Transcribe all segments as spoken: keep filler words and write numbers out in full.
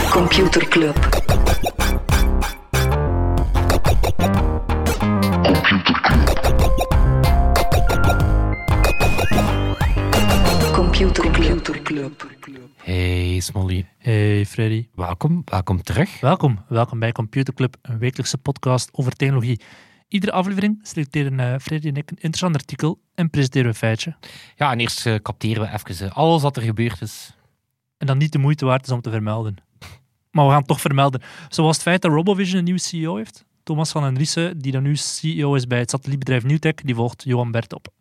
Computer Club. Computer Club. Club. Hey Smolly. Hey Freddy. Welkom, welkom terug. Welkom, welkom bij Computer Club, een wekelijkse podcast over technologie. Iedere aflevering selecteren uh, Freddy en ik een interessant artikel en presenteren we een feitje. Ja, en eerst uh, capteren we even uh, alles wat er gebeurd is. En dan niet de moeite waard is om te vermelden. Maar we gaan het toch vermelden. Zoals het feit dat Robovision een nieuwe C E O heeft. Thomas van den Riese, die dan nu C E O is bij het satellietbedrijf Newtech, die volgt Johan Bert op.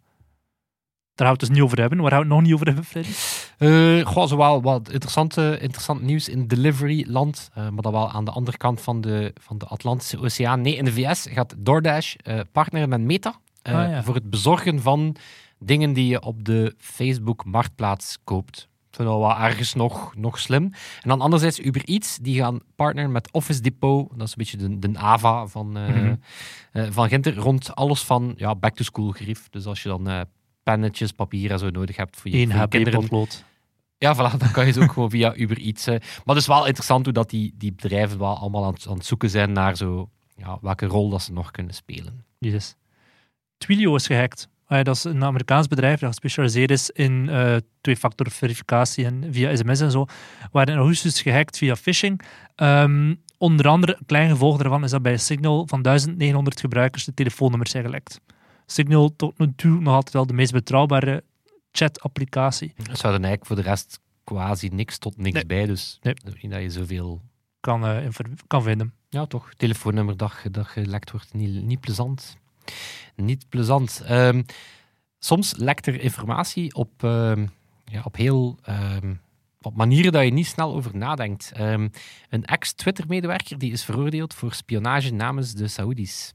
Daar gaan we het dus niet over hebben. Waar gaan we het nog niet over hebben, Freddy? Uh, goh, zowel wat interessante, interessant nieuws in delivery-land, uh, maar dan wel aan de andere kant van de, van de Atlantische Oceaan. Nee, in de V S gaat DoorDash uh, partneren met Meta uh, ah, ja. voor het bezorgen van dingen die je op de Facebook-marktplaats koopt. Ik vind dat wel ergens nog, nog slim. En dan anderzijds Uber Eats, die gaan partneren met Office Depot. Dat is een beetje de, de A V A van, uh, mm-hmm. uh, van Ginter, rond alles van ja, back-to-school gerief. Dus als je dan uh, pennetjes, papier en zo nodig hebt voor je, Eén voor je H P kinderen. potlood. Ja, voilà, dan kan je ze ook gewoon via Uber Eats. Uh. Maar het is wel interessant hoe dat die, die bedrijven wel allemaal aan, aan het zoeken zijn naar zo, ja, welke rol dat ze nog kunnen spelen. Yes. Twilio is gehackt. Uh, dat is een Amerikaans bedrijf dat gespecialiseerd is in uh, twee-factor verificatie en via sms en zo. Waren in augustus gehackt via phishing. Um, onder andere, een klein gevolg daarvan is dat bij Signal van duizend negenhonderd gebruikers de telefoonnummers zijn gelekt. Signal tot nu toe nog altijd wel de meest betrouwbare chat-applicatie. Er zouden eigenlijk voor de rest quasi niks tot niks nee. bij, dus nee. niet dat je zoveel kan, uh, infor- kan vinden. Ja, toch. Telefoonnummer dat, dat gelekt wordt, niet, niet plezant. Niet plezant. Um, soms lekt er informatie op, um, ja, op heel... Um, op manieren dat je niet snel over nadenkt. Um, een ex-Twitter-medewerker die is veroordeeld voor spionage namens de Saoedi's.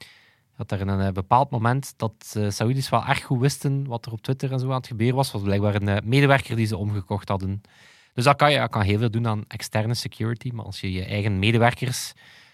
Dat er een uh, bepaald moment dat uh, Saoedi's wel erg goed wisten wat er op Twitter en zo aan het gebeuren was, was blijkbaar een uh, medewerker die ze omgekocht hadden. Dus dat kan je dat kan heel veel doen aan externe security, maar als je je eigen medewerkers...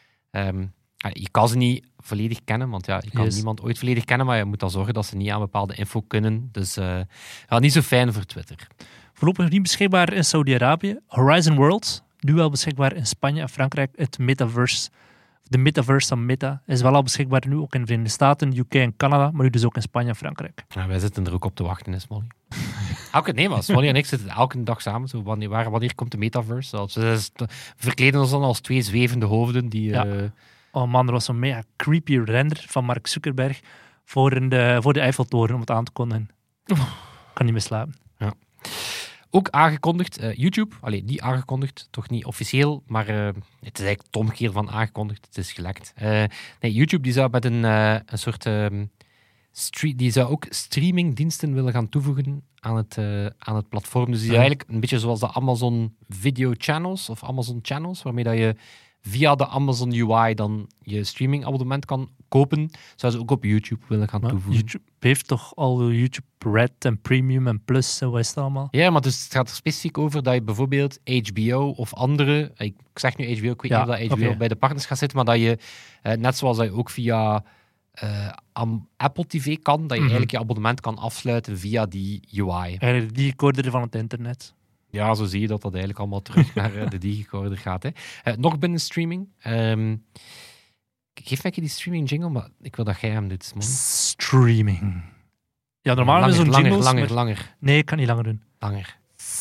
Um, je kan ze niet volledig kennen, want ja, je kan yes. niemand ooit volledig kennen, maar je moet dan zorgen dat ze niet aan bepaalde info kunnen. Dus uh, ja, niet zo fijn voor Twitter. Voorlopig niet beschikbaar in Saudi-Arabië. Horizon Worlds, nu wel beschikbaar in Spanje en Frankrijk. Het metaverse, de metaverse van Meta, is wel al beschikbaar nu ook in de Verenigde Staten, U K en Canada, maar nu dus ook in Spanje en Frankrijk. Ja, wij zitten er ook op te wachten, is Molly. Elke, nee, maar Smolly en ik zitten elke dag samen. Zo, wanneer, waar, wanneer komt de metaverse? We verkleden ons dan als twee zwevende hoofden die... Ja. Uh, Oh man, er was zo'n mega creepy render van Mark Zuckerberg voor de, voor de Eiffeltoren om het aan te kondigen. Kan niet meer slapen. Ja. Ook aangekondigd, uh, YouTube. Allee, niet aangekondigd, toch niet officieel, maar uh, het is eigenlijk het omgekeer van aangekondigd. Het is gelekt. Uh, nee, YouTube die zou met een, uh, een soort... Um, stre- die zou ook streamingdiensten willen gaan toevoegen aan het, uh, aan het platform. Dus die is eigenlijk een beetje zoals de Amazon Video Channels of Amazon Channels, waarmee dat je via de Amazon U I dan je streamingabonnement kan kopen, zou ze ook op YouTube willen gaan maar toevoegen. YouTube heeft toch al YouTube Red en Premium en Plus en wat is het allemaal? Ja, maar dus het gaat er specifiek over dat je bijvoorbeeld H B O of andere, ik zeg nu H B O, ik weet ja, niet of dat H B O okay. bij de partners gaat zitten, maar dat je, eh, net zoals dat je ook via uh, Apple T V kan, dat je mm-hmm. eigenlijk je abonnement kan afsluiten via die U I. Eigenlijk die recorder van het internet. Ja, zo zie je dat dat eigenlijk allemaal terug naar uh, de digicorder gaat. Hè. Uh, nog binnen streaming. Um, geef mij die streaming jingle, maar ik wil dat jij hem doet. Man. Streaming. Ja, normaal langer, is zo'n langer, jingles, langer, maar... langer. Nee, ik kan niet langer doen. Langer.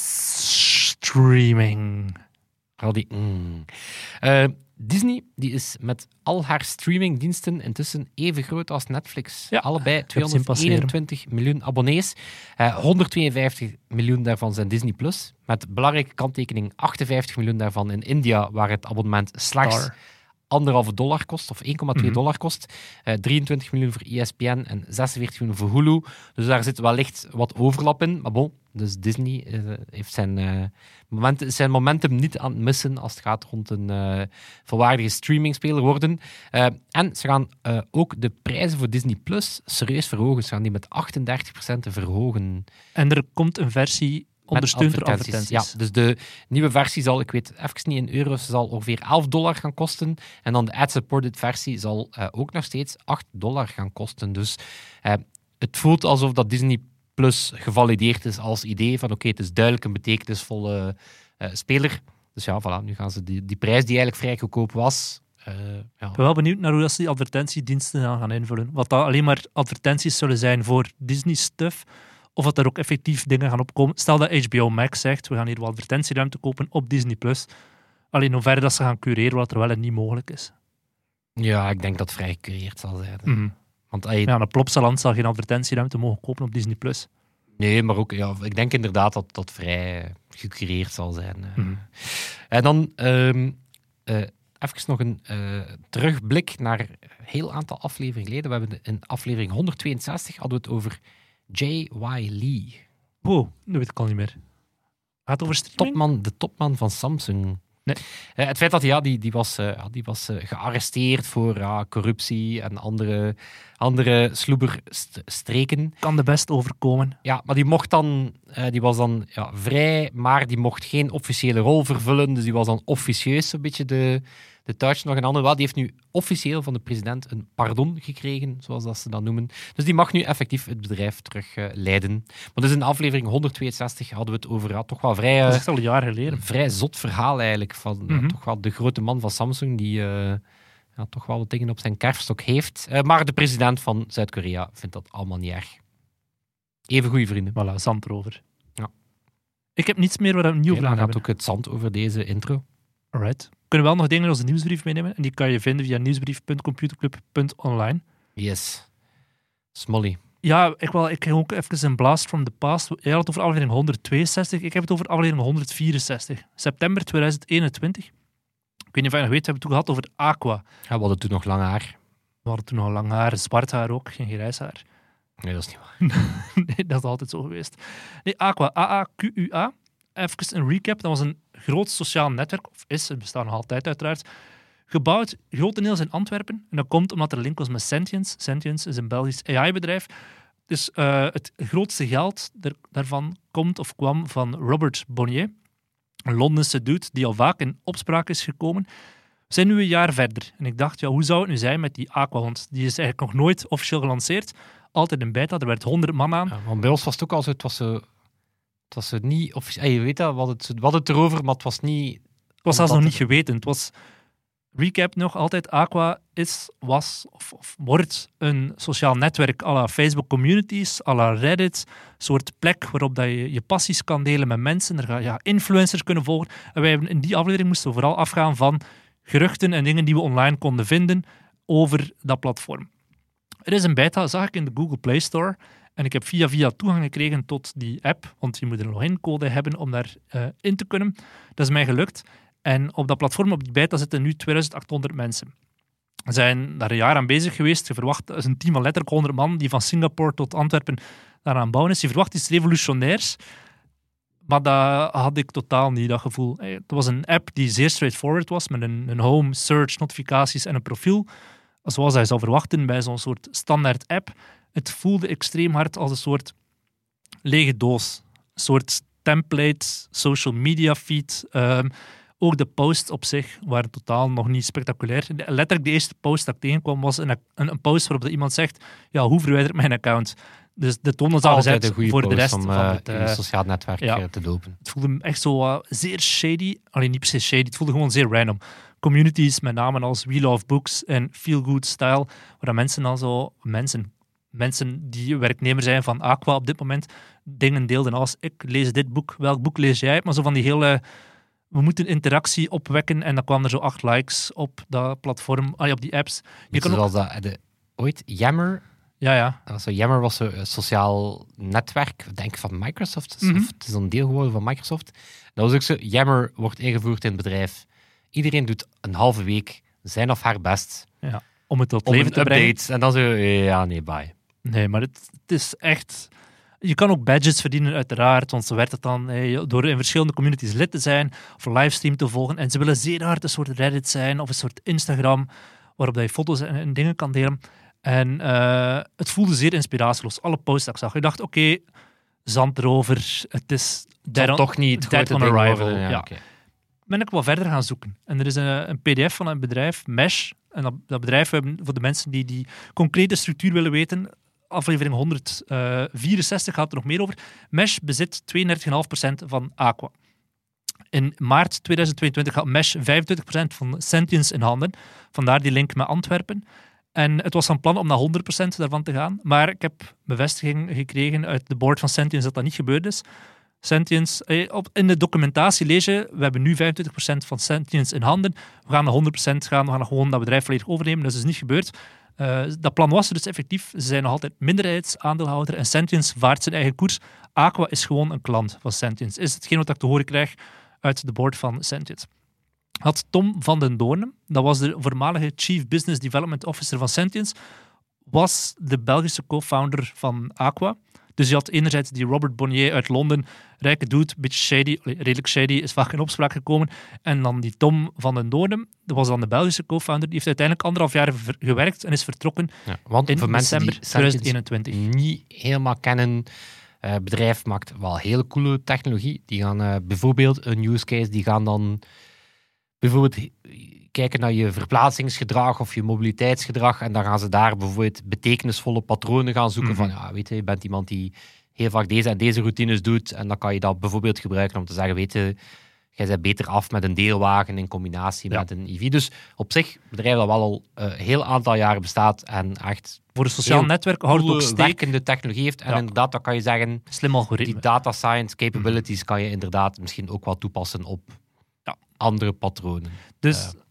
Streaming. Al die... Mm. Uh, Disney die is met al haar streamingdiensten intussen even groot als Netflix. Ja, allebei tweehonderdeenentwintig miljoen abonnees. Uh, honderdtweeënvijftig miljoen daarvan zijn Disney Plus. Met belangrijke kanttekening achtenvijftig miljoen daarvan in India, waar het abonnement slechts Star. anderhalve dollar kost, of één komma twee mm-hmm. dollar kost. Uh, drieëntwintig miljoen voor E S P N en zesenveertig miljoen voor Hulu. Dus daar zit wellicht wat overlap in. Maar bon, dus Disney uh, heeft zijn, uh, moment, zijn momentum niet aan het missen als het gaat rond een uh, volwaardige streamingspeler worden. Uh, en ze gaan uh, ook de prijzen voor Disney Plus serieus verhogen. Ze gaan die met achtendertig procent verhogen. En er komt een versie... ondersteund door advertenties. Ja, dus de nieuwe versie zal, ik weet even niet in euro's, zal ongeveer elf dollar gaan kosten. En dan de ad-supported versie zal uh, ook nog steeds acht dollar gaan kosten. Dus uh, het voelt alsof dat Disney Plus gevalideerd is als idee van oké, okay, het is duidelijk een betekenisvolle uh, speler. Dus ja, voilà, nu gaan ze die, die prijs die eigenlijk vrij goedkoop was... Uh, ja. Ik ben wel benieuwd naar hoe dat ze die advertentiediensten dan gaan invullen. Wat dat alleen maar advertenties zullen zijn voor Disney-stuff, of dat er ook effectief dingen gaan opkomen. Stel dat H B O Max zegt, we gaan hier wat advertentieruimte kopen op Disney plus. Alleen hoe ver dat ze gaan cureren, wat er wel en niet mogelijk is. Ja, ik denk dat het vrij gecureerd zal zijn. Mm-hmm. Want, uh, ja, een Plopsaland zal geen advertentieruimte mogen kopen op Disney plus. Nee, maar ook, ja, ik denk inderdaad dat dat vrij gecureerd zal zijn. Mm-hmm. En dan... Um, uh, Even nog een uh, terugblik naar een heel aantal afleveringen geleden. We hebben in aflevering honderdtweeënzestig hadden we het over J Y. Lee. Wow, dat weet ik al niet meer. Gaat het over streaming? Topman, de topman van Samsung. Nee. Uh, het feit dat hij ja, die, die was, uh, ja, die was uh, gearresteerd voor uh, corruptie en andere, andere sloeberstreken. Kan de best overkomen. Ja, maar die mocht dan, uh, die was dan ja, vrij, maar die mocht geen officiële rol vervullen. Dus die was dan officieus een beetje de, de touch nog een ander. Wel, die heeft nu officieel van de president een pardon gekregen, zoals dat ze dat noemen. Dus die mag nu effectief het bedrijf terug uh, leiden. Maar dus in aflevering honderdtweeënzestig hadden we het over ja, toch wel vrij... Uh, dat is echt al een jaar geleden. Een vrij zot verhaal eigenlijk van mm-hmm. ja, toch wel de grote man van Samsung die uh, ja, toch wel wat dingen op zijn kerfstok heeft. Uh, maar de president van Zuid-Korea vindt dat allemaal niet erg. Even goede vrienden. Voilà, zand erover. Ja. Ik heb niets meer waar we nieuw okay, van dan hebben. gaat ook het zand over deze intro. Alright. We kunnen wel nog dingen in onze nieuwsbrief meenemen. En die kan je vinden via nieuwsbrief punt computerclub punt online. Yes. Smolly. Ja, ik wil ik ook even een blast from the past. Jij had het over aflevering honderdtweeënzestig. Ik heb het over aflevering honderdvierenzestig. September tweeduizend eenentwintig. Ik weet niet of je nog weet, we hebben het toen gehad over Aqua. Ja, we hadden toen nog lang haar. We hadden toen nog lang haar, zwart haar ook, geen grijs haar. Nee, dat is niet waar. Nee, dat is altijd zo geweest. Nee, Aqua, A A Q U A. Even een recap. Dat was een groot sociaal netwerk, of is, het bestaat nog altijd uiteraard, gebouwd grotendeels in Antwerpen. En dat komt omdat er een link was met Sentience. Sentience is een Belgisch A I-bedrijf. Dus uh, het grootste geld der, daarvan komt of kwam van Robert Bonnier, een Londense dude die al vaak in opspraak is gekomen. We zijn nu een jaar verder. En ik dacht, ja, hoe zou het nu zijn met die Aquahond? Die is eigenlijk nog nooit officieel gelanceerd. Altijd in beta, er werd honderd man aan. Ja, want bij ons was het ook al zo, het was zo... Het was zo niet officieel... Je weet dat, we hadden, het, we hadden het erover, maar het was niet... Het was zelfs nog niet geweten. Het was... Recap nog, altijd Aqua is, was of, of wordt een sociaal netwerk à la Facebook communities, à la Reddit. Een soort plek waarop dat je je passies kan delen met mensen. Er ga je ja, influencers kunnen volgen. En wij hebben in die aflevering moesten we vooral afgaan van geruchten en dingen die we online konden vinden over dat platform. Er is een beta, zag ik in de Google Play Store. En ik heb via via toegang gekregen tot die app, want je moet een logincode hebben om daarin uh, in te kunnen. Dat is mij gelukt. En op dat platform, op die beta, zitten nu tweeduizend achthonderd mensen. We zijn daar een jaar aan bezig geweest. Je verwacht, dat is een team van letterlijk honderd man die van Singapore tot Antwerpen daaraan bouwen is. Je verwacht iets revolutionairs, maar dat had ik totaal niet, dat gevoel. Het was een app die zeer straightforward was, met een, een home, search, notificaties en een profiel. Zoals je zou verwachten bij zo'n soort standaard app. Het voelde extreem hard als een soort lege doos. Een soort template, social media feed. Um, Ook de posts op zich waren totaal nog niet spectaculair. Letterlijk de eerste post dat ik tegenkwam was een, een, een post waarop iemand zegt, ja, hoe verwijder ik mijn account? Dus de toon was al gezet voor de rest om, van uh, het... Uh, je sociaal netwerk ja. te dopen. Het voelde echt zo uh, zeer shady. Alleen niet per se shady, het voelde gewoon zeer random. Communities met namen als We Love Books en Feel Good Style, waar mensen al zo... Mensen, mensen die werknemer zijn van Aqua op dit moment, dingen deelden als, ik lees dit boek, welk boek lees jij? Maar zo van die hele... We moeten interactie opwekken en dan kwamen er zo acht likes op dat platform, ah, op die apps. Je kan zoals ook... dat, de, ooit, Yammer. Ja, ja. Also, Yammer was een sociaal netwerk, denk ik, van Microsoft. Mm-hmm. Of het is een deel geworden van Microsoft. Dat was ook zo, Yammer wordt ingevoerd in het bedrijf. Iedereen doet een halve week zijn of haar best. Ja, om het tot om leven te update. brengen. En dan zo, ja, nee, bye. Nee, maar het, het is echt... Je kan ook badges verdienen, uiteraard, want zo werd het dan hey, door in verschillende communities lid te zijn of een livestream te volgen. En ze willen zeer hard een soort Reddit zijn of een soort Instagram, waarop je foto's en, en dingen kan delen. En uh, het voelde zeer inspiratieloos. Alle posts dat ik zag. Ik dacht, oké, okay, zand erover, het is dead on, toch niet dead on arrival. Worden, ja, ja. Okay. Ben ik wel verder gaan zoeken. En er is een, een P D F van een bedrijf, Mesh. En dat, dat bedrijf, voor de mensen die die concrete structuur willen weten... Aflevering honderdvierenzestig gaat er nog meer over. Mesh bezit tweeëndertig komma vijf procent van Aqua. In maart tweeduizend tweeëntwintig had Mesh vijfentwintig procent van Sentience in handen. Vandaar die link met Antwerpen. En het was van plan om naar honderd procent daarvan te gaan. Maar ik heb bevestiging gekregen uit de board van Sentience dat dat niet gebeurd is. Sentience, eh, op, in de documentatie lees je, we hebben nu vijfentwintig procent van Sentience in handen. We gaan naar honderd procent gaan, we gaan gewoon dat bedrijf volledig overnemen. Dat is dus niet gebeurd. Uh, dat plan was er dus effectief. Ze zijn nog altijd minderheidsaandeelhouder en Sentience vaart zijn eigen koers. Aqua is gewoon een klant van Sentience. Is hetgeen wat ik te horen krijg uit de board van Sentience. Had Tom van den Doornen, dat was de voormalige Chief Business Development Officer van Sentience, was de Belgische co-founder van Aqua. Dus je had enerzijds die Robert Bonnier uit Londen, rijke dude, beetje shady, redelijk shady, is vaak in opspraak gekomen. En dan die Tom van den Doornen, dat was dan de Belgische co-founder, die heeft uiteindelijk anderhalf jaar ver- gewerkt en is vertrokken Ja, want in voor mensen december die tweeduizend eenentwintig. niet helemaal kennen, het uh, bedrijf maakt wel hele coole technologie. Die gaan uh, bijvoorbeeld een use case, die gaan dan bijvoorbeeld kijken naar je verplaatsingsgedrag of je mobiliteitsgedrag en dan gaan ze daar bijvoorbeeld betekenisvolle patronen gaan zoeken Mm-hmm. van, ja, weet je, je bent iemand die heel vaak deze en deze routines doet en dan kan je dat bijvoorbeeld gebruiken om te zeggen, weet je, jij bent beter af met een deelwagen in combinatie Ja. met een E V. Dus op zich, het bedrijf dat wel al een uh, heel aantal jaren bestaat en echt Voor een sociaal heel netwerk houdt het ook coole, steek. werkende technologie heeft. En Ja. inderdaad, dan kan je zeggen, Slim algoritme. die data science capabilities kan je inderdaad misschien ook wel toepassen op Ja. andere patronen. Dus Ja.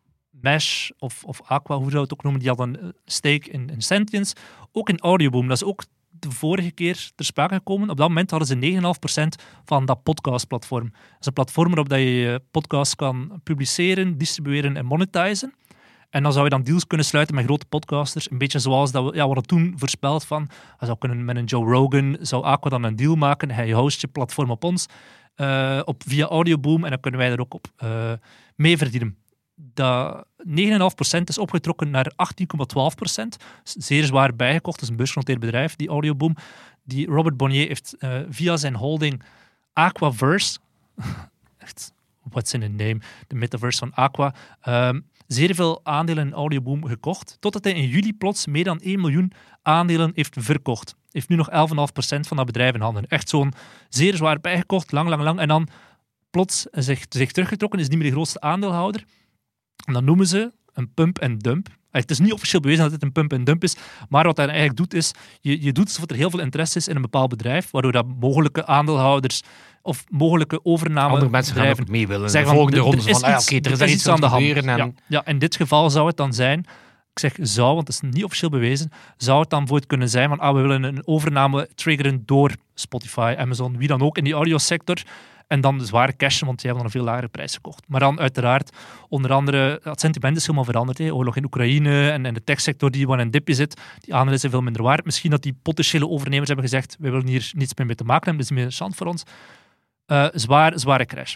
Mesh of, of Aqua, hoe zou je het ook noemen, die hadden een stake in, in Sentience. Ook in Audioboom. Dat is ook de vorige keer ter sprake gekomen. Op dat moment hadden ze negen komma vijf procent van dat podcastplatform. Dat is een platform waarop dat je je podcast kan publiceren, distribueren en monetizen. En dan zou je dan deals kunnen sluiten met grote podcasters. Een beetje zoals dat we, ja, we hadden toen voorspeld van, hij zou kunnen met een Joe Rogan, zou Aqua dan een deal maken. Hij host je platform op ons, uh, op, via Audioboom, en dan kunnen wij er ook op uh, mee verdienen. Dat negen komma vijf procent is opgetrokken naar achttien komma twaalf procent. Zeer zwaar bijgekocht. Dat is een beursgenoteerd bedrijf, die Audioboom. Die Robert Bonnier heeft uh, via zijn holding Aquaverse, echt, what's in a name, de metaverse van Aqua, um, zeer veel aandelen in Audioboom gekocht, totdat hij in juli plots meer dan één miljoen aandelen heeft verkocht. Heeft nu nog elf komma vijf procent van dat bedrijf in handen. Echt zo'n zeer zwaar bijgekocht, lang, lang, lang. En dan plots zich, zich teruggetrokken, is niet meer de grootste aandeelhouder. En dat noemen ze een pump en dump. Het is niet officieel bewezen dat het een pump en dump is, maar wat hij eigenlijk doet is, je, je doet alsof er heel veel interesse is in een bepaald bedrijf, waardoor dat mogelijke aandeelhouders of mogelijke overname Andere mensen gaan bedrijven ook mee willen. De zeggen volgende van, ronde er is van, ah, iets- oké, er is er daar is iets iets aan de hand. gebeuren. En, Ja, ja, in dit geval zou het dan zijn, ik zeg zou, want het is niet officieel bewezen, zou het dan voor het kunnen zijn van, ah, we willen een overname triggeren door Spotify, Amazon, wie dan ook in die audiosector. En dan de zware cashen, want die hebben dan een veel lagere prijs gekocht. Maar dan uiteraard, onder andere, het sentiment is helemaal veranderd. Hè. Oorlog in Oekraïne en, en de techsector die wel in een dipje zit, die aandelen zijn veel minder waard. Misschien dat die potentiële overnemers hebben gezegd, we willen hier niets meer mee te maken hebben, dat is meer een chance voor ons. Uh, zwaar, zware crash.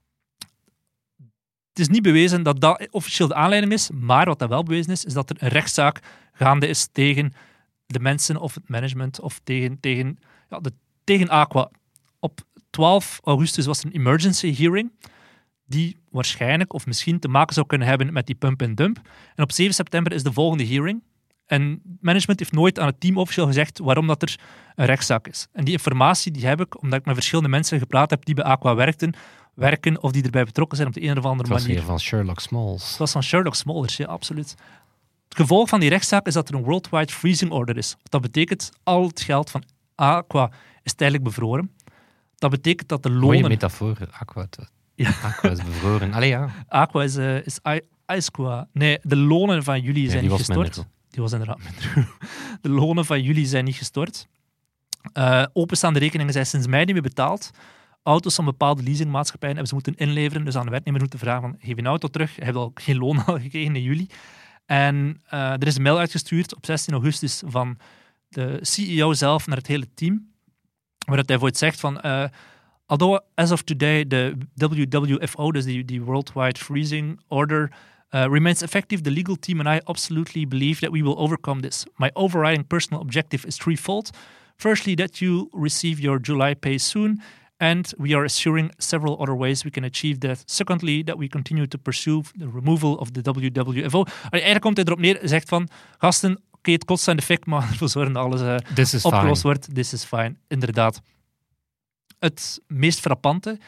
Het is niet bewezen dat dat officieel de aanleiding is, maar wat dat wel bewezen is, is dat er een rechtszaak gaande is tegen de mensen of het management of tegen, tegen, ja, de, tegen Aqua. Op twaalf augustus was er een emergency hearing die waarschijnlijk of misschien te maken zou kunnen hebben met die pump en dump. En op zeven september is de volgende hearing. En management heeft nooit aan het team officieel gezegd waarom dat er een rechtszaak is. En die informatie die heb ik, omdat ik met verschillende mensen gepraat heb die bij Aqua werkten, werken of die erbij betrokken zijn op de een of andere het was manier. weer van Sherlock Smalls. Het was van Sherlock Smulders, ja, absoluut. Het gevolg van die rechtszaak is dat er een worldwide freezing order is. Dat betekent, al het geld van Aqua is tijdelijk bevroren. Dat betekent dat de Mooie lonen... metafoor. Aqua, Ja. Aqua is bevroren. Allee, ja. Aqua is, uh, is I- Icequa. Nee, de lonen van juli Ja, zijn die niet was gestort. minder. Die was inderdaad minder. De lonen van juli zijn niet gestort. Uh, openstaande rekeningen zijn sinds mei niet meer betaald. Auto's van bepaalde leasingmaatschappijen hebben ze moeten inleveren. Dus aan de werknemer moeten vragen van, geef je een auto terug. Je hebt al geen loon al gekregen in juli. En uh, er is een mail uitgestuurd op zestien augustus van de C E O zelf naar het hele team. Waar hij voor het zegt van... Uh, although as of today the W W F O, dus die, die Worldwide Freezing Order, uh, remains effective, the legal team and I absolutely believe that we will overcome this. My overriding personal objective is threefold. Firstly, that you receive your July pay soon, and we are assuring several other ways we can achieve that. Secondly, that we continue to pursue the removal of the W W F O. Allee, eigenlijk komt hij erop neer en zegt van, gasten, oké, okay, het kost zijn defect, maar ervoor zorgen dat alles uh, This is opgelost fine. wordt. This is fine, inderdaad. Het meest frappante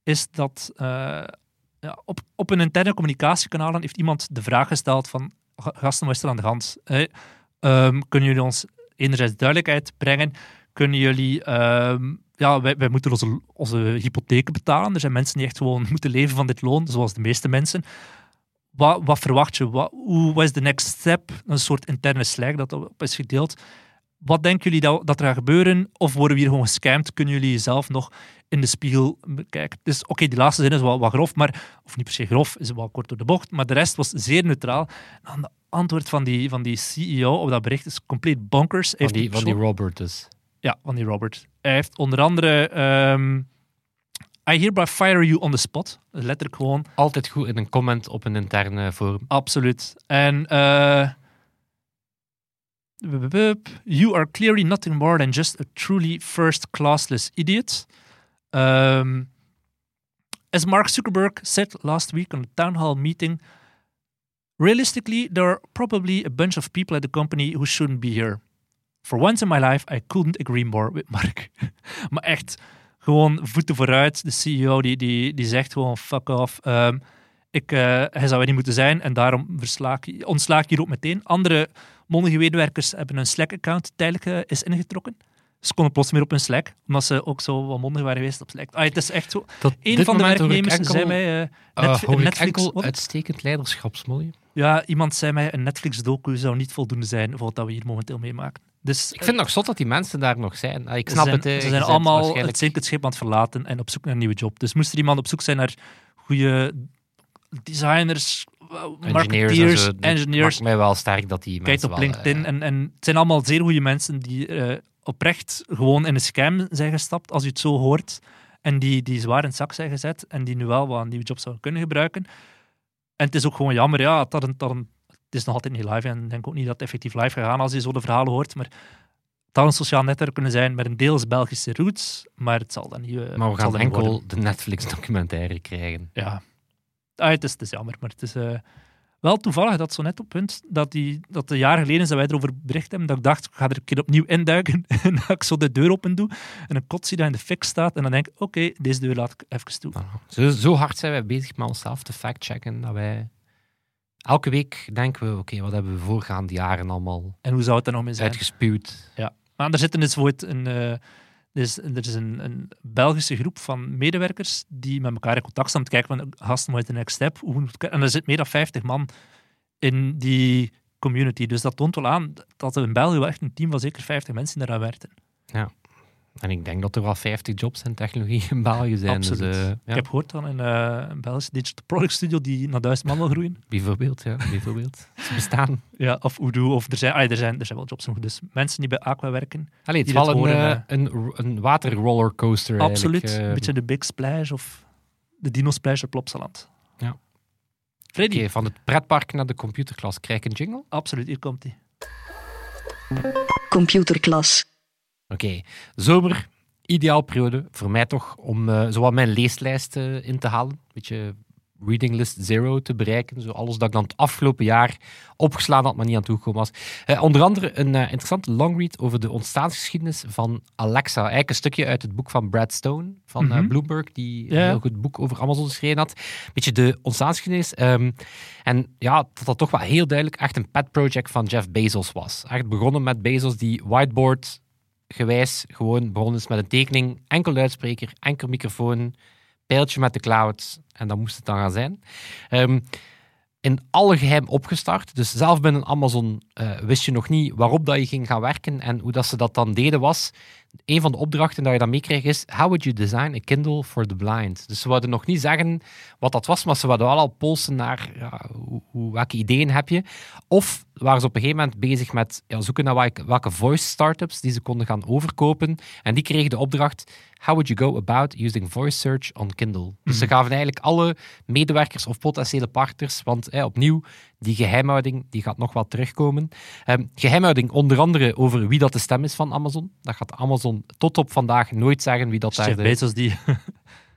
is dat uh, ja, op, op een interne communicatiekanalen heeft iemand de vraag gesteld van gasten, wat is er aan de hand? Hey, um, kunnen jullie ons enerzijds duidelijkheid brengen? Kunnen jullie... Um, ja, wij, wij moeten onze, onze hypotheken betalen. Er zijn mensen die echt gewoon moeten leven van dit loon, zoals de meeste mensen. Wat, wat verwacht je? Wat, hoe, wat is de next step? Een soort interne Slack dat op is gedeeld. Wat denken jullie dat, dat er gaat gebeuren? Of worden we hier gewoon gescamd? Kunnen jullie jezelf nog in de spiegel bekijken? Dus oké, okay, die laatste zin is wel wat grof, maar, of niet per se grof, is wel kort door de bocht, maar de rest was zeer neutraal. En de antwoord van die, van die C E O op dat bericht is compleet bonkers. Van die, van die Robert dus. Ja, van die Robert. Hij heeft onder andere... Um, I hereby fire you on the spot. Letterlijk gewoon... Altijd goed in een comment op een interne forum. Absoluut. En... Uh, you are clearly nothing more than just a truly first-classless idiot. Um, as Mark Zuckerberg said last week on a town hall meeting, realistically, there are probably a bunch of people at the company who shouldn't be here. For once in my life, I couldn't agree more with Mark. Maar echt, gewoon voeten vooruit. De C E O die, die, die zegt gewoon fuck off. Um, ik, uh, hij zou er niet moeten zijn en daarom versla ik, ontsla ik hier ook meteen. Andere mondige medewerkers hebben een Slack-account tijdelijk uh, is ingetrokken. Ze konden plots meer op hun Slack, omdat ze ook zo wat mondig waren geweest op Slack. Ah, het is echt zo. Tot een van de werknemers enkel, zei mij... Uh, Netf- uh, Netflix, enkel uitstekend leiderschapsmolly. Ja, iemand zei mij, een Netflix-docu zou niet voldoende zijn voor wat we hier momenteel meemaken. Dus, ik vind het nog zot dat die mensen daar nog zijn. Ik snap ze zijn, het. He, ze zijn allemaal waarschijnlijk... het zinkend aan het verlaten en op zoek naar een nieuwe job. Dus moest er iemand op zoek zijn naar goede designers, marketeers, engineers. engineers. Maakt mij wel sterk dat die mensen Kijk op LinkedIn. Wel, uh... en, en het zijn allemaal zeer goede mensen die uh, oprecht gewoon in een scam zijn gestapt, als u het zo hoort. En die, die zwaar in het zak zijn gezet en die nu wel wat nieuwe jobs zouden kunnen gebruiken. En het is ook gewoon jammer, ja, dat een, dat een, het is nog altijd niet live en ik denk ook niet dat het effectief live gegaan als je zo de verhalen hoort, maar het had een sociaal netwerk kunnen zijn met een deels Belgische roots, maar het zal dan niet uh, Maar we gaan enkel worden. de Netflix-documentaire krijgen. Ja, ah, het, is, het is jammer, maar het is uh, wel toevallig dat zo net op punt dat, die, dat de jaren geleden dat wij erover bericht hebben, dat ik dacht, ik ga er een keer opnieuw induiken en dat ik zo de deur open doe en een kot zie dat in de fik staat en dan denk ik, oké, okay, deze deur laat ik even toe. Nou, zo, zo hard zijn wij bezig met onszelf te factchecken dat wij elke week denken we, oké, okay, wat hebben we voorgaande jaren allemaal en hoe zou het er nog mee zijn? Uitgespuwd. Ja, maar er zitten dus ooit een... Uh, Er is, er is een, een Belgische groep van medewerkers die met elkaar in contact staan om te kijken van gasten, wat is de next step? En er zit meer dan vijftig man in die community. Dus dat toont wel aan dat er in België wel echt een team van zeker vijftig mensen die daaraan werken. Ja. En ik denk dat er wel vijftig jobs in technologie in België zijn. Absoluut. Dus, uh, ja. Ik heb gehoord van een, uh, een Belgische digital product studio die naar duizend man wil groeien. Bijvoorbeeld, ja. Bijvoorbeeld. Ze bestaan. Ja, of Odoo. Of er zijn, allee, er, zijn, er zijn wel jobs nog. Dus mensen die bij Aqua werken. Allee, het is wel een, horen, uh, een, een waterrollercoaster. Absoluut. Uh, een beetje de Big Splash of de Dino Splash op Plopsaland. Ja. Freddy. Okay, van het pretpark naar de computerklas. Krijg ik een jingle? Absoluut, hier komt hij. Computerklas. Oké, okay. Zomer, ideaal periode voor mij toch om uh, zowat mijn leeslijst uh, in te halen. Een beetje reading list zero te bereiken. Zo alles dat ik dan het afgelopen jaar opgeslagen had, maar niet aan toegekomen was. Uh, onder andere een uh, interessante longread over de ontstaansgeschiedenis van Alexa. Eigenlijk een stukje uit het boek van Brad Stone van uh, mm-hmm. Bloomberg, die ja. een heel goed boek over Amazon geschreven had. Een beetje de ontstaansgeschiedenis. Um, en ja, dat dat toch wel heel duidelijk echt een pet project van Jeff Bezos was. Echt begonnen met Bezos die whiteboard gewijs gewoon begonnen is met een tekening, enkel luidspreker, enkel microfoon, pijltje met de cloud en dat moest het dan gaan zijn. Um, in alle geheim opgestart. Dus zelf binnen Amazon uh, wist je nog niet waarop dat je ging gaan werken en hoe dat ze dat dan deden was. Een van de opdrachten dat je dan meekreeg is how would you design a Kindle for the blind? Dus ze wilden nog niet zeggen wat dat was, maar ze wilden wel al polsen naar ja, hoe, hoe, welke ideeën heb je. Of waren ze op een gegeven moment bezig met ja, zoeken naar welke, welke voice startups die ze konden gaan overkopen. En die kregen de opdracht how would you go about using voice search on Kindle? Mm-hmm. Dus ze gaven eigenlijk alle medewerkers of potentiële partners, want eh, opnieuw, die geheimhouding die gaat nog wel terugkomen. Um, geheimhouding onder andere over wie dat de stem is van Amazon. Dat gaat Amazon tot op vandaag nooit zeggen wie dat Jeff daar de... Bezos die...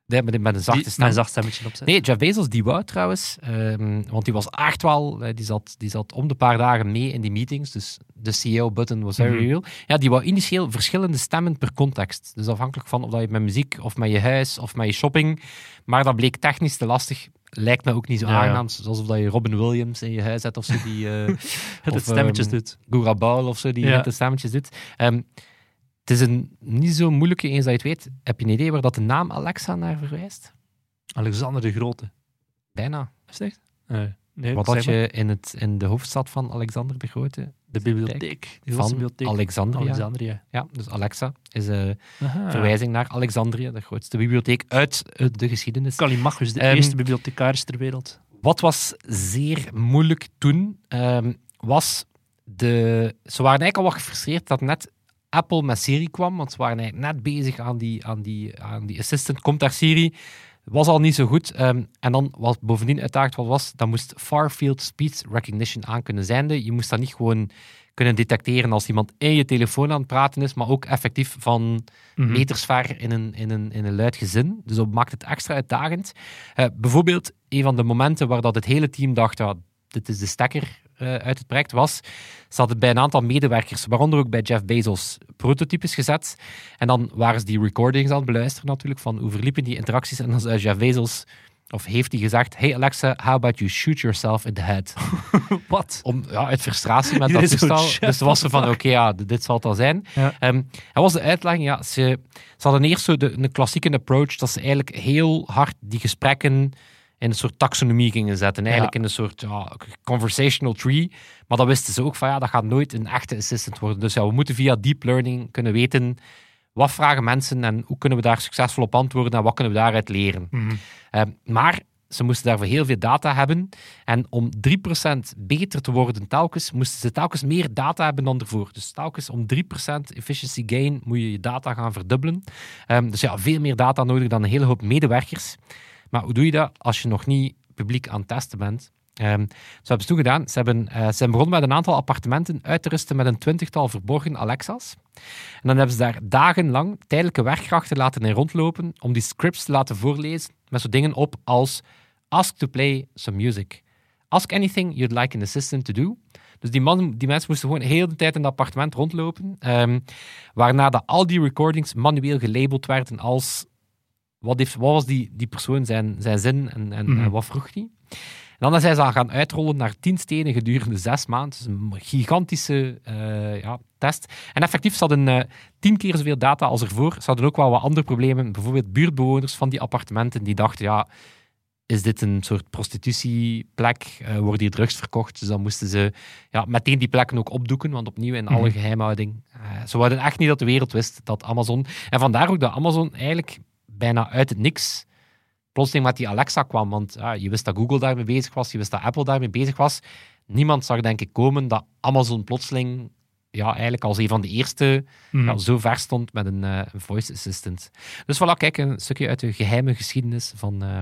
Nee, met, met een zachte Die, stem. mijn zacht stemmetje opzetten. Nee, Jeff Bezos, die wou trouwens, um, want die was echt wel, uh, die, zat, die zat om de paar dagen mee in die meetings, dus de C E O-button was very Mm-hmm. real. Ja, die wou initieel verschillende stemmen per context. Dus afhankelijk van of dat je met muziek, of met je huis, of met je shopping, maar dat bleek technisch te lastig. Lijkt me ook niet zo Ja, ja. aangenaam, zoals of dat je Robin Williams in je huis hebt, of zo, die... Uh, Het of, stemmetjes um, doet. Gura Baul of zo, die Ja. met de stemmetjes doet. Um, het is een niet zo moeilijke, eens dat je het weet. Heb je een idee waar dat de naam Alexa naar verwijst? Alexander de Grote. Bijna. Is het echt? Nee. nee Wat zeg had maar. je in, het, in de hoofdstad van Alexander de Grote? De bibliotheek. De Van grootste bibliotheek. Alexandria. Alexandria. Ja, dus Alexa is een Aha. verwijzing naar Alexandria, de grootste bibliotheek uit uh, de geschiedenis. Callimachus, de Um, eerste bibliothecaris ter wereld. Wat was zeer moeilijk toen, um, was de... Ze waren eigenlijk al wat gefrustreerd dat net Apple met Siri kwam, want ze waren eigenlijk net bezig aan die, aan die, aan die assistant. Komt daar Siri? Was al niet zo goed. Um, en dan, wat bovendien uitdagend wat was, dat moest far-field speech recognition aan kunnen zijnde. Je moest dat niet gewoon kunnen detecteren als iemand in je telefoon aan het praten is, maar ook effectief van Mm-hmm. meters ver in een, in, een, in een luid gezin. Dus dat maakt het extra uitdagend. Uh, bijvoorbeeld, een van de momenten waar dat het hele team dacht, ja, dit is de stekker uh, uit het project, was, ze hadden bij een aantal medewerkers, waaronder ook bij Jeff Bezos, prototypes gezet. En dan waren ze die recordings aan het beluisteren natuurlijk, van hoe verliepen die interacties. En dan zei Jeff Bezos, of heeft hij gezegd, hey Alexa, how about you shoot yourself in the head? Wat? Om, ja, uit frustratie met Dit dat is zo'n toestel. shit, Dus was ze van, oké, fuck. okay, ja, dit zal het al zijn. Ja. Um, en was de uitlegging, ja, ze, ze hadden eerst zo de, een klassieke approach, dat ze eigenlijk heel hard die gesprekken in een soort taxonomie gingen zetten. Eigenlijk Ja. in een soort ja, conversational tree. Maar dan wisten ze ook van, ja, dat gaat nooit een echte assistant worden. Dus ja, we moeten via deep learning kunnen weten, wat vragen mensen en hoe kunnen we daar succesvol op antwoorden en wat kunnen we daaruit leren. Mm-hmm. Um, maar ze moesten daarvoor heel veel data hebben. En om drie procent beter te worden telkens, moesten ze telkens meer data hebben dan ervoor. Dus telkens om drie procent efficiency gain moet je je data gaan verdubbelen. Um, dus ja, veel meer data nodig dan een hele hoop medewerkers. Maar hoe doe je dat als je nog niet publiek aan het testen bent? Um, zo hebben ze toen gedaan. Ze, hebben, uh, ze zijn begonnen met een aantal appartementen uit te rusten met een twintigtal verborgen Alexa's. En dan hebben ze daar dagenlang tijdelijke werkkrachten laten in rondlopen om die scripts te laten voorlezen met zo dingen op als ask to play some music. Ask anything you'd like an assistant to do. Dus die, man, die mensen moesten gewoon heel de hele tijd in dat appartement rondlopen. Um, waarna dat al die recordings manueel gelabeld werden als wat, heeft, wat was die, die persoon zijn, zijn zin en, en, Mm. en wat vroeg hij. En dan zijn ze gaan uitrollen naar tien steden gedurende zes maanden. Dus een gigantische uh, ja, test. En effectief, ze hadden uh, tien keer zoveel data als ervoor. Ze hadden ook wel wat andere problemen. Bijvoorbeeld buurtbewoners van die appartementen die dachten, ja, is dit een soort prostitutieplek? Uh, worden hier drugs verkocht? Dus dan moesten ze ja, meteen die plekken ook opdoeken, want opnieuw in alle Mhm. geheimhouding. Uh, ze wilden echt niet dat de wereld wist dat Amazon... En vandaar ook dat Amazon eigenlijk bijna uit het niks plotseling met die Alexa kwam, want ja, je wist dat Google daarmee bezig was, je wist dat Apple daarmee bezig was. Niemand zag denk ik komen dat Amazon plotseling ja, eigenlijk als een van de eerste Mm. ja, zo ver stond met een, uh, een voice assistant. Dus voilà, kijk, een stukje uit de geheime geschiedenis van, uh,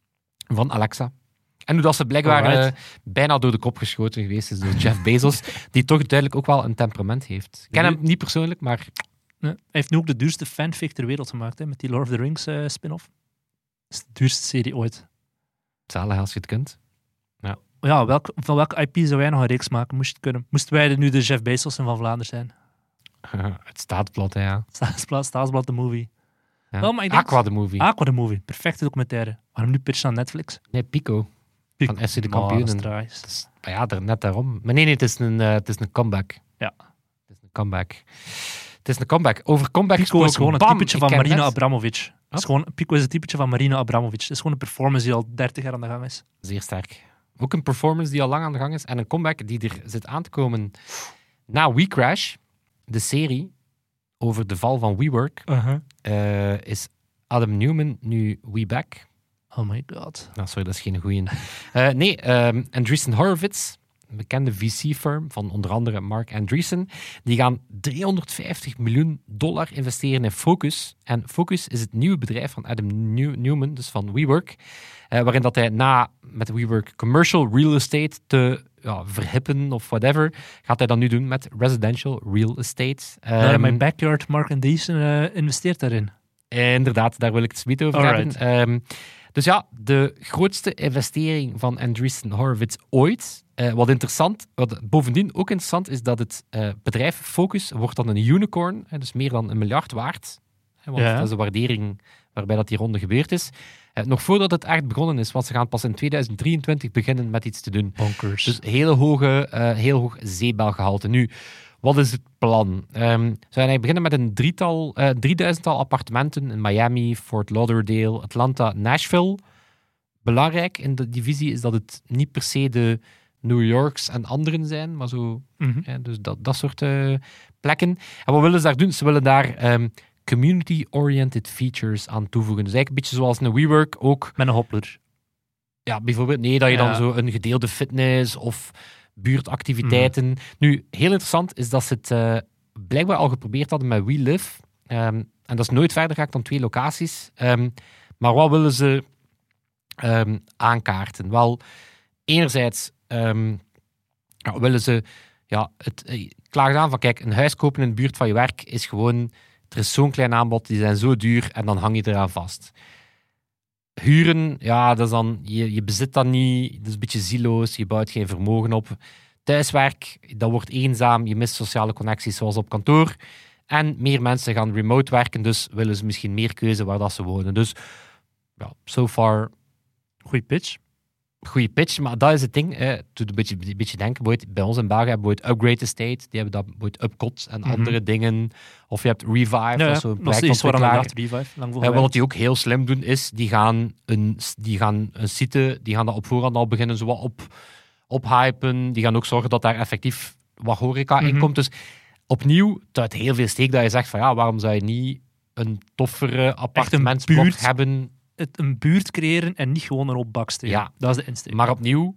van Alexa. En hoe dat ze blijkbaar uh, bijna door de kop geschoten geweest is door Jeff Bezos, die toch duidelijk ook wel een temperament heeft. Ik ken hem niet persoonlijk, maar... Ja. Hij heeft nu ook de duurste fanfic ter wereld gemaakt, hè, met die Lord of the Rings uh, spin-off. Dat is de duurste serie ooit. Zalig als je het kunt. Ja, welk, van welke I P zou jij nog een reeks maken? Moest je het kunnen? Moesten wij nu de Jeff Bezos van Vlaanderen zijn? Het staatsblad, hè, ja. Staatsblad, Staatsblad de movie. ja. Wel, maar ik denk- Aqua, de movie. Aqua de movie, perfecte documentaire. Waarom nu pitchen aan Netflix? Nee, Pico. Van F C de Maar, dat is Kampioenen. tragisch. Het is- ah ja, er, net daarom. Maar nee, nee, het is een, uh, het is een comeback. Ja. Het is een comeback. Het is een comeback. Over comeback Pico gesproken. is gewoon een bam, typetje ik van ken Marina net- Abramovic. Het Wat? Is gewoon, Pico is het typetje van Marina Abramovic. Het is gewoon een performance die al dertig jaar aan de gang is. Zeer sterk. Ook een performance die al lang aan de gang is. En een comeback die er zit aan te komen na WeCrash, de serie over de val van WeWork, uh, is Adam Newman nu WeBack. Oh my god. Nou, sorry, dat is geen goeie. Uh, nee, um, Andreessen Horowitz, een bekende V C-firm van onder andere Mark Andreessen, die gaan driehonderdvijftig miljoen dollar investeren in Focus. En Focus is het nieuwe bedrijf van Adam New- Newman, dus van WeWork, uh, waarin dat hij na met WeWork commercial real estate te ja, verhippen of whatever, gaat hij dan nu doen met residential real estate. Um, Nou, in My Backyard, Mark Andreessen uh, investeert daarin. Eh, inderdaad, daar wil ik het niet over Alright. hebben. Um, dus ja, de grootste investering van Andreessen Horowitz ooit. Uh, wat interessant, wat bovendien ook interessant is dat het uh, bedrijf Focus wordt dan een unicorn, hè, dus meer dan een miljard waard. Hè, want Ja. dat is de waardering waarbij dat die ronde gebeurd is. Uh, nog voordat het echt begonnen is, want ze gaan pas in tweeduizend drieëntwintig beginnen met iets te doen. Bonkers. Dus hele hoge, uh, heel hoog zeebelgehalte. Nu, wat is het plan? Um, ze gaan eigenlijk beginnen met een drietal, uh, drieduizendtal appartementen in Miami, Fort Lauderdale, Atlanta, Nashville. Belangrijk in de divisie is dat het niet per se de New Yorks en anderen zijn, maar zo, Mhm. ja, dus dat, dat soort uh, plekken. En wat willen ze daar doen? Ze willen daar um, community-oriented features aan toevoegen. Dus eigenlijk een beetje zoals een WeWork ook. Met een hoppler. Ja, bijvoorbeeld, nee, dat je dan Ja. zo een gedeelde fitness of buurtactiviteiten. Mm. Nu, heel interessant is dat ze het uh, blijkbaar al geprobeerd hadden met We Live. Um, en dat is nooit verder geraakt dan twee locaties. Um, maar wat willen ze um, aankaarten? Wel, enerzijds um, ja, willen ze ja, het uh, klagen aan van kijk, een huis kopen in de buurt van je werk is gewoon, er is zo'n klein aanbod, die zijn zo duur en dan hang je eraan vast. Huren, ja, dat is dan, je, je bezit dat niet, dat is een beetje zieloos, je bouwt geen vermogen op. Thuiswerk, dat wordt eenzaam, je mist sociale connecties zoals op kantoor. En meer mensen gaan remote werken, dus willen ze misschien meer keuze waar dat ze wonen. Dus, ja, so far... Goeie pitch. Goeie pitch, maar dat is het ding. Eh, het doet een beetje, een beetje denken. Bij ons in België hebben we het Upgrade Estate, die hebben dat Upcot en Mm-hmm. andere dingen. Of je hebt Revive, Ja, dat ja. is zo'n nog steeds waar aan projectontwikkelaar. de Revive. Lang voor Uh, gewerkt. wat die ook heel slim doen, is die gaan een, die gaan een site, die gaan dat op voorhand al beginnen zo wat op, ophypen. Die gaan ook zorgen dat daar effectief wat horeca Mhm. in komt. Dus opnieuw, het uit heel veel steek dat je zegt van ja, waarom zou je niet een toffere appartementsblok buurt. hebben? Het, een buurt creëren en niet gewoon erop bakstenen. Ja. Dat is de insteek. Maar opnieuw,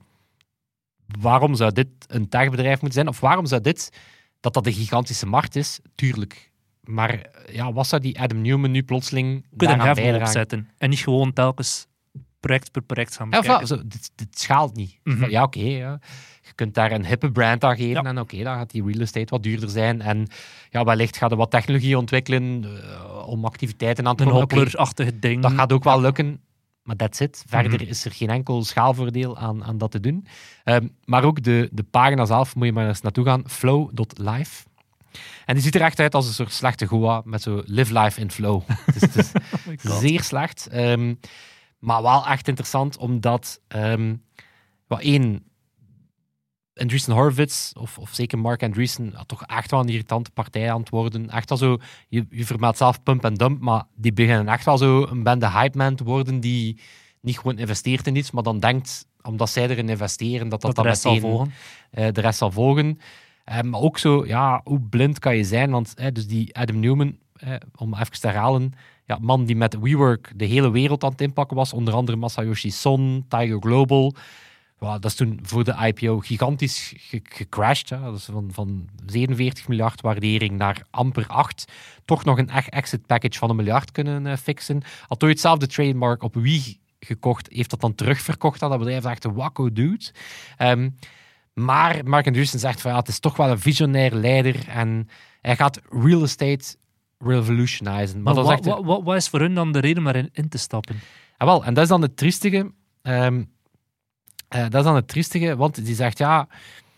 waarom zou dit een techbedrijf moeten zijn? Of waarom zou dit, dat dat een gigantische markt is? Tuurlijk. Maar ja, wat zou die Adam Newman nu plotseling Je kunt een daaraan heffel bijdragen? opzetten. En niet gewoon telkens project per project gaan Ja, bekijken. voilà, zo, dit, dit schaalt niet. Mhm. Ja, oké. ja. Je kunt daar een hippe brand aan geven Ja. en oké, dan gaat die real estate wat duurder zijn. En ja, wellicht gaat er wat technologie ontwikkelen uh, om activiteiten aan te Een tonen. Oké, hopplerachtige ding. dat gaat ook wel lukken, maar that's it. Verder Mhm. is er geen enkel schaalvoordeel aan, aan dat te doen. Um, maar ook de, de pagina zelf, moet je maar eens naartoe gaan, flow dot life. En die ziet er echt uit als een soort slechte goa met zo live life in flow. Het is, het is Oh my God. zeer slecht. Um, maar wel echt interessant, omdat um, wel één, Andreessen Horowitz, of, of zeker Mark Andreessen, ja, toch echt wel een irritante partij aan het worden. Echt wel zo, je, je vermeldt zelf pump en dump, maar die beginnen echt wel zo een bende hype man te worden die niet gewoon investeert in iets, maar dan denkt, omdat zij erin investeren, dat dat, dat de dan rest zal meteen volgen. eh, de rest zal volgen. Eh, maar ook zo, ja, hoe blind kan je zijn? Want eh, dus die Adam Newman, eh, om even te herhalen, ja, man die met WeWork de hele wereld aan het inpakken was, onder andere Masayoshi Son, Tiger Global. Ja, dat is toen voor de I P O gigantisch ge- gecrashed. Hè. Dat is van, van zevenenveertig miljard waardering naar amper acht. Toch nog een echt exit package van een miljard kunnen uh, fixen. Had ooit zelf de trademark op Wii gekocht, heeft dat dan terugverkocht aan dat bedrijf. Dat is echt een wacko dude. Um, maar Mark Andreessen zegt van ja, het is toch wel een visionair leider en hij gaat real estate revolutionizen. Maar Maar, dat is wat, echt... wat, wat, wat is voor hun dan de reden om erin in te stappen? Ah, wel, en dat is dan het triestige. Um, uh, dat is dan het triestige, want die zegt ja,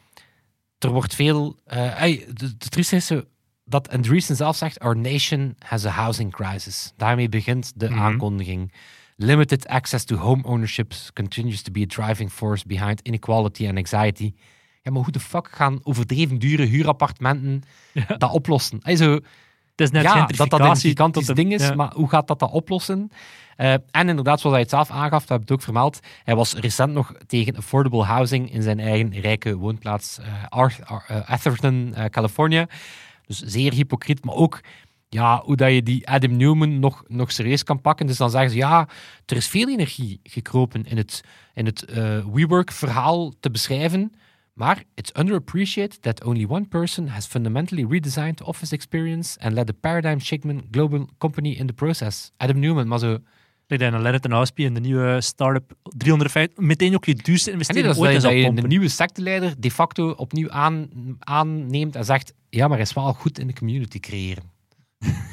er wordt veel... Uh, hey, de, de triestige is zo dat Andreessen zelf zegt, our nation has a housing crisis. Daarmee begint de Mhm. aankondiging. Limited access to home ownership continues to be a driving force behind inequality and anxiety. Ja, maar hoe de fuck gaan overdreven dure huurappartementen Ja. dat oplossen? Hey, zo, Het is net ja, dat gentrificatie. dat een gigantisch tot de- ding is, ja. maar hoe gaat dat dat oplossen? Uh, en inderdaad, zoals hij het zelf aangaf, dat heb ik het ook vermeld, hij was recent nog tegen affordable housing in zijn eigen rijke woonplaats uh, Arth- uh, Atherton, uh, Californië. Dus zeer hypocriet, maar ook ja, hoe dat je die Adam Newman nog, nog serieus kan pakken. Dus dan zeggen ze, ja, er is veel energie gekropen in het, in het uh, WeWork-verhaal te beschrijven, maar it's underappreciated that only one person has fundamentally redesigned the office experience and led the paradigm-shifting global company in the process. Adam Newman, maar zo... Ik denk dat Leonard en Auspie in de nieuwe start-up driehonderdvijftig, meteen ook je duurste En nee, investering dat is ooit dat, in dat zal je pompen. een nieuwe secteleider de facto opnieuw aan, aanneemt en zegt, ja, maar hij is wel goed in de community creëren.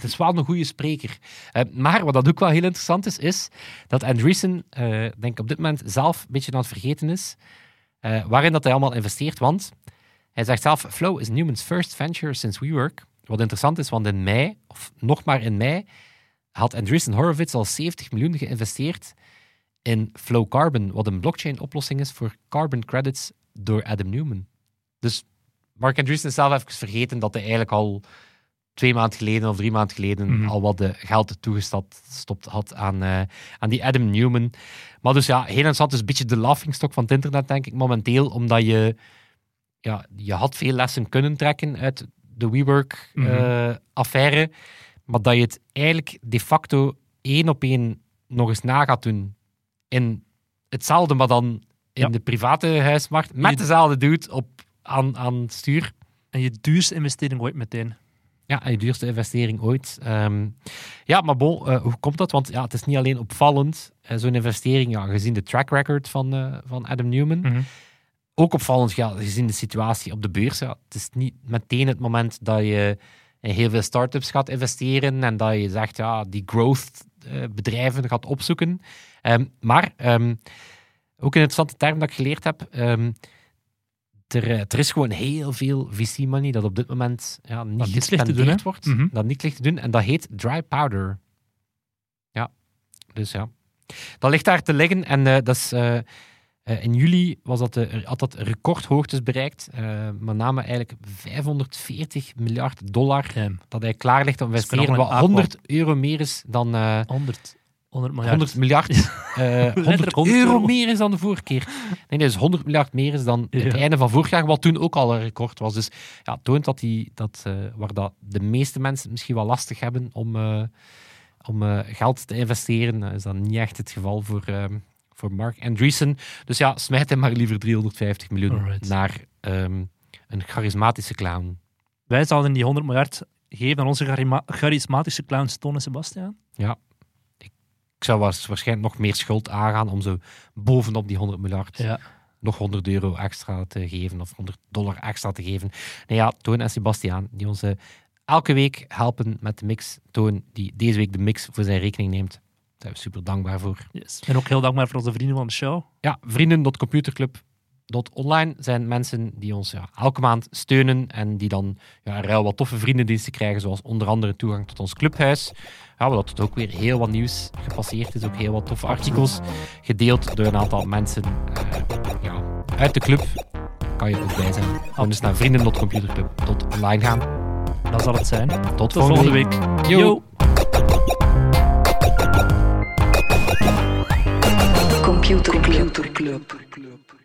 het is wel een goede spreker. Uh, maar wat dat ook wel heel interessant is, is dat Andreessen, uh, denk ik op dit moment zelf een beetje aan het vergeten is, uh, waarin dat hij allemaal investeert. Want hij zegt zelf, Flow is Newman's first venture since WeWork. Wat interessant is, want in mei, of nog maar in mei, had Andreessen Horowitz al zeventig miljoen geïnvesteerd in Flow Carbon, wat een blockchain-oplossing is voor carbon credits door Adam Newman. Dus Mark Andreessen is zelf even vergeten dat hij eigenlijk al twee maanden geleden of drie maanden geleden mm-hmm. al wat de geld toegestopt had aan, uh, aan die Adam Newman. Maar dus ja, heel interessant. Het is een beetje de laughingstock van het internet, denk ik, momenteel, omdat je, ja, je had veel lessen kunnen trekken uit de WeWork-affaire, mm-hmm. uh, maar dat je het eigenlijk de facto één op één nog eens na gaat doen in hetzelfde, maar dan in ja. de private huismarkt, met je... dezelfde dude op, aan, aan het stuur. En je duurste investering ooit meteen. Ja, en je duurste investering ooit. Um, ja, maar bon, uh, hoe komt dat? Want ja, het is niet alleen opvallend, uh, zo'n investering, ja, gezien de track record van, uh, van Adam Newman. Mm-hmm. Ook opvallend, ja, gezien de situatie op de beurs. Ja, het is niet meteen het moment dat je in heel veel start-ups gaat investeren en dat je zegt, ja, die growth uh, bedrijven gaat opzoeken. Um, maar, um, ook een interessante term dat ik geleerd heb, um, Er, er is gewoon heel veel V C-money dat op dit moment ja, niet gespendeerd wordt. Mm-hmm. Dat niet ligt te doen. En dat heet dry powder. Ja, dus ja. Dat ligt daar te liggen. En uh, dat is, uh, uh, in juli was dat, uh, had dat recordhoogtes bereikt. Uh, met name eigenlijk vijfhonderdveertig miljard dollar. Ja. Dat hij klaar ligt om te investeren. Wat honderd euro meer is dan... Uh, honderd. honderd miljard. honderd miljard. Uh, honderd euro meer is dan de vorige keer. Nee, dus honderd miljard meer is dan ja. het einde van vorig jaar, wat toen ook al een record was. Dus ja, het toont dat, die, dat uh, waar dat de meeste mensen misschien wel lastig hebben om, uh, om uh, geld te investeren, uh, is dat niet echt het geval voor, uh, voor Mark Andreessen. Dus ja, smijt hem maar liever driehonderdvijftig miljoen Alright. naar um, een charismatische clown. Wij zouden die honderd miljard geven aan onze charima- charismatische clown Toon en Sebastiaan. Ja. Ik zou waarschijnlijk nog meer schuld aangaan om zo bovenop die honderd miljard ja. nog honderd euro extra te geven of honderd dollar extra te geven. Nou ja, Toon en Sebastiaan, die ons uh, elke week helpen met de mix. Toon, die deze week de mix voor zijn rekening neemt. Daar zijn we super dankbaar voor. Yes. En ook heel dankbaar voor onze vrienden van de show. Ja, vrienden dot computerclub dot online zijn mensen die ons ja, elke maand steunen en die dan ja, ruil wat toffe vriendendiensten krijgen, zoals onder andere toegang tot ons clubhuis. Ja, maar dat het ook weer heel wat nieuws gepasseerd is, ook heel wat toffe artikels gedeeld door een aantal mensen uh, ja, uit de club. Kan je ook bij zijn. Gewoon dus naar vrienden dot computerclub dot online gaan. Dat zal het zijn. Tot, Tot volgende, volgende week. week. Yo. Yo. Computer Club.